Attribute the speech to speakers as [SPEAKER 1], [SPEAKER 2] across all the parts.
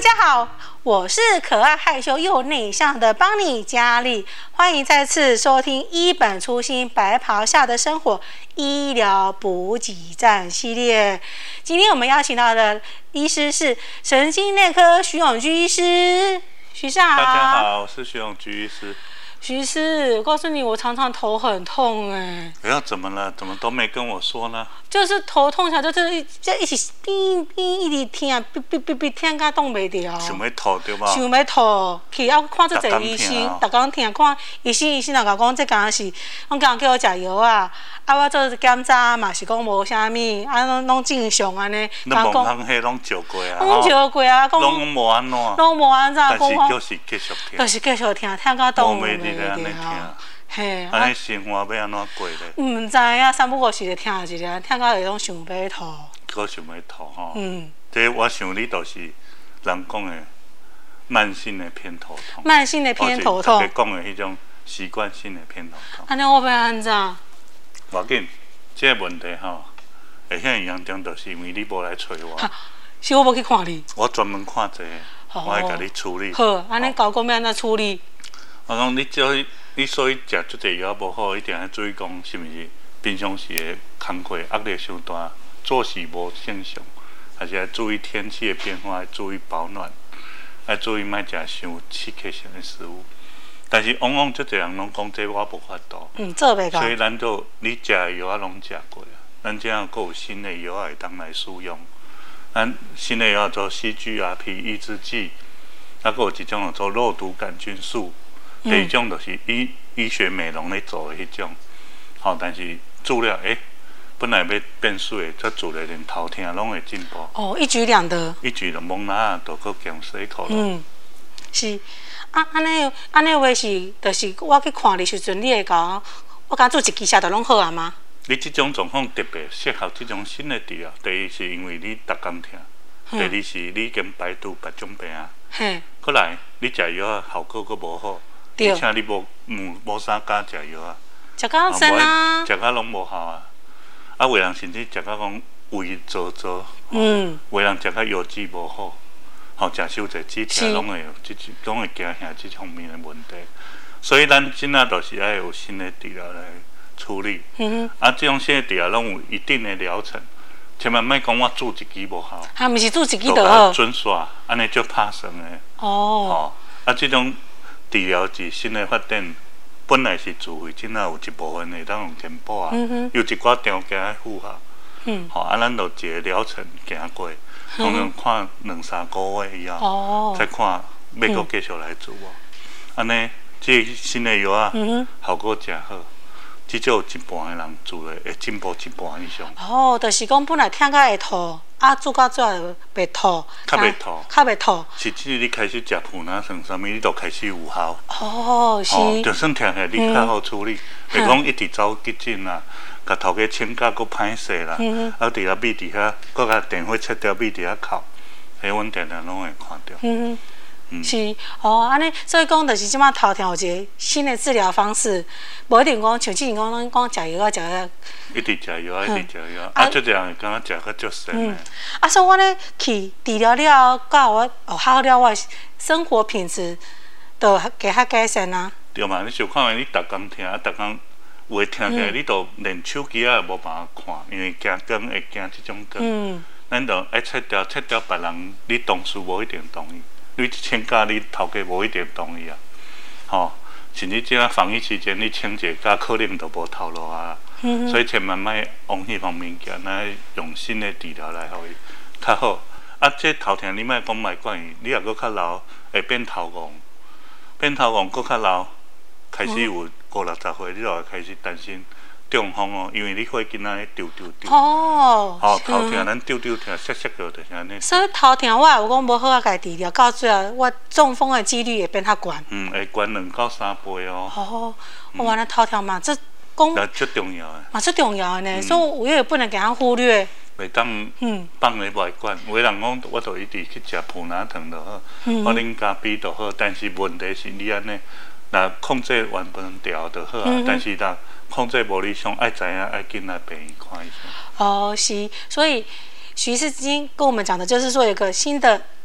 [SPEAKER 1] 家好，我是可爱害羞又内向的邦尼佳丽，欢迎再次收听一本初心白袍下的生活医疗补给站系列。今天我们邀请到的医师是神经内科徐永居医师，徐上好。
[SPEAKER 2] 大家好，我是徐永居医师。
[SPEAKER 1] 徐医师，我告诉你，我常常头很痛哎。
[SPEAKER 2] 不要怎么了？怎么都没跟我说呢？
[SPEAKER 1] 就是头痛起来，就是一起叮叮一直听，听到动袂掉。
[SPEAKER 2] 想要吐对吧？
[SPEAKER 1] 想要吐，去啊看这个医生，逐工听，看医生也甲讲这敢是，讲叫我食药啊，我做检查嘛是讲无啥物，拢正常安尼。
[SPEAKER 2] 你问通迄拢照过啊？
[SPEAKER 1] 拢照过啊，讲
[SPEAKER 2] 拢无安怎？
[SPEAKER 1] 拢无安怎？
[SPEAKER 2] 但是就是继续听。
[SPEAKER 1] 就是继续听，听到动袂掉。
[SPEAKER 2] 嘿，安尼生活要安怎过咧？
[SPEAKER 1] 唔知影，三不五时就听一个，听到会拢想要吐。
[SPEAKER 2] 搁想要吐吼？这我想你就是人讲的慢性的偏头痛。
[SPEAKER 1] 慢性的偏头痛。
[SPEAKER 2] 或者讲的迄种习惯性的偏头痛。
[SPEAKER 1] 安尼我要安怎？
[SPEAKER 2] 无要紧，这个问题吼，会遐严重，就是因为你无来找我。
[SPEAKER 1] 是我无去看你。
[SPEAKER 2] 我专门看这个，我会甲你处理。
[SPEAKER 1] 好，安尼交讲要安怎处理？
[SPEAKER 2] 我讲你所以食即个药无好，一定要注意讲是毋是平常时的工课压力伤大，作息无正常，还是要注意天气的变化，要注意保暖，要注意莫食伤刺激性的食物。但是往往即侪人拢讲这我无法度，
[SPEAKER 1] 做袂到。
[SPEAKER 2] 所以咱就你食的药拢食过啊，咱这样佫有新的药会当来使用。咱新的药做 CGRP 抑制剂，啊，佫有一种叫做肉毒杆菌素。第一种就是医学美容咧做的迄种，但是治疗本来要变水的，则治疗连头痛拢会进步。
[SPEAKER 1] 哦，一举两得。
[SPEAKER 2] 一举就蒙哪都搁减洗头咯。
[SPEAKER 1] 是安尼话是，就是我去看你时阵，你会甲我敢做一支下就拢好啊吗？
[SPEAKER 2] 你这种状况特别适合这种新的治疗。第一是因为你逐工痛，第二是你已经排除别种病啊。过来你食药效果搁无好。而且你无啥敢食药啊？
[SPEAKER 1] 食到身啊！
[SPEAKER 2] 食到拢无效啊！啊，有人甚至食到讲胃灼灼，有人食到腰肌无好，食伤济止痛拢会有拢会惊吓这方面的问题。所以咱真仔就是要有新的治疗来处理。这种新的治疗拢有一定的疗程，千万莫讲我做一支无效。
[SPEAKER 1] 毋是做一支就好。
[SPEAKER 2] 准煞，安尼就拍算的。这种。治疗是新的发展，本来是自费，真正有一部分会当用健保啊，有一寡条件要符合。咱就一个疗程行过，通常看2-3个月以后，再看要阁继续来做。安尼，这新的药啊，效果真好，至少有一半的人做的会进步一半以上。
[SPEAKER 1] 就是讲本来听到会吐。做到最后袂吐，
[SPEAKER 2] 较袂吐，是只你开始食普拿疼啥物，你就开始有效。
[SPEAKER 1] 是。
[SPEAKER 2] 就算听起来你较好处理，袂讲一直走急诊啦，甲头家请假佫歹势啦，啊，伫遐米伫遐，佫甲电话切掉米伫遐哭，迄阮定定拢会看到。
[SPEAKER 1] 是安尼，所以讲就是即摆头痛有一个新的治疗方式，无一定讲像之前讲食药食药。
[SPEAKER 2] 一直食药，一直食药，足侪人敢若食较足神的。
[SPEAKER 1] 所以我咧去治疗了，到我好了，我生活品质就加较改善啊。
[SPEAKER 2] 对嘛？你想看你逐工听，逐工有诶听起来，你都连手机也无办法看，因为惊光会惊即种光。咱就爱切掉别人，你同事无一定同意。你请假，你头家无一定同意啊。甚至即个防疫期间，你请一个假，可能都无透露啊。所以千万莫往迄方面行，咱用新的治疗来互伊较好。这头痛你莫讲莫管伊，你若搁较老，会变头戆，搁较老，开始有50-60岁，你就会开始担心中风哦，因为你会囡仔咧丢。头痛咱丢疼，涩就是安尼。
[SPEAKER 1] 所以头痛我有讲无好甲治疗，到最后我中风的几率会变较悬。
[SPEAKER 2] 会悬2-3倍哦。
[SPEAKER 1] 我原来头痛嘛，这讲
[SPEAKER 2] 最重要的。
[SPEAKER 1] 最重要的呢，所以我也不能给他忽略。
[SPEAKER 2] 袂当放咧外管，有的人讲我就一直去食普拿疼就好，我啉咖啡就好，但是问题是你安尼，若控制完全调就好啊，但是若控制无理想，爱知影爱紧来病院看医生。
[SPEAKER 1] 是，所以徐医师今天跟我们讲的就是说，有个新的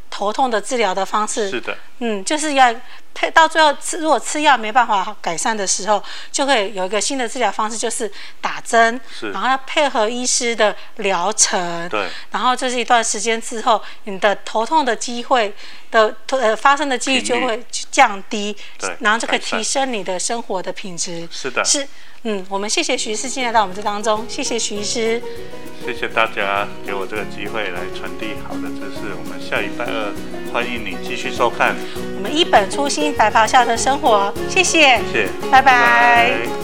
[SPEAKER 1] 头痛的治疗的方式。
[SPEAKER 2] 是的，
[SPEAKER 1] 就是要到最后如果吃药没办法改善的时候，就会有一个新的治疗方式，就是打针，然后要配合医师的疗程。
[SPEAKER 2] 对，
[SPEAKER 1] 然后这是一段时间之后，你的头痛的机会的发生的几率就会降低，然后就可以提升你的生活的品质。
[SPEAKER 2] 是的，
[SPEAKER 1] 是。我们谢谢徐医师进来到我们这当中，谢谢徐医师，
[SPEAKER 2] 谢谢大家给我这个机会来传递好的知识。我们下礼拜二欢迎你继续收看
[SPEAKER 1] 我们一本初心白袍下的生活，谢谢，
[SPEAKER 2] 谢谢，
[SPEAKER 1] 拜拜。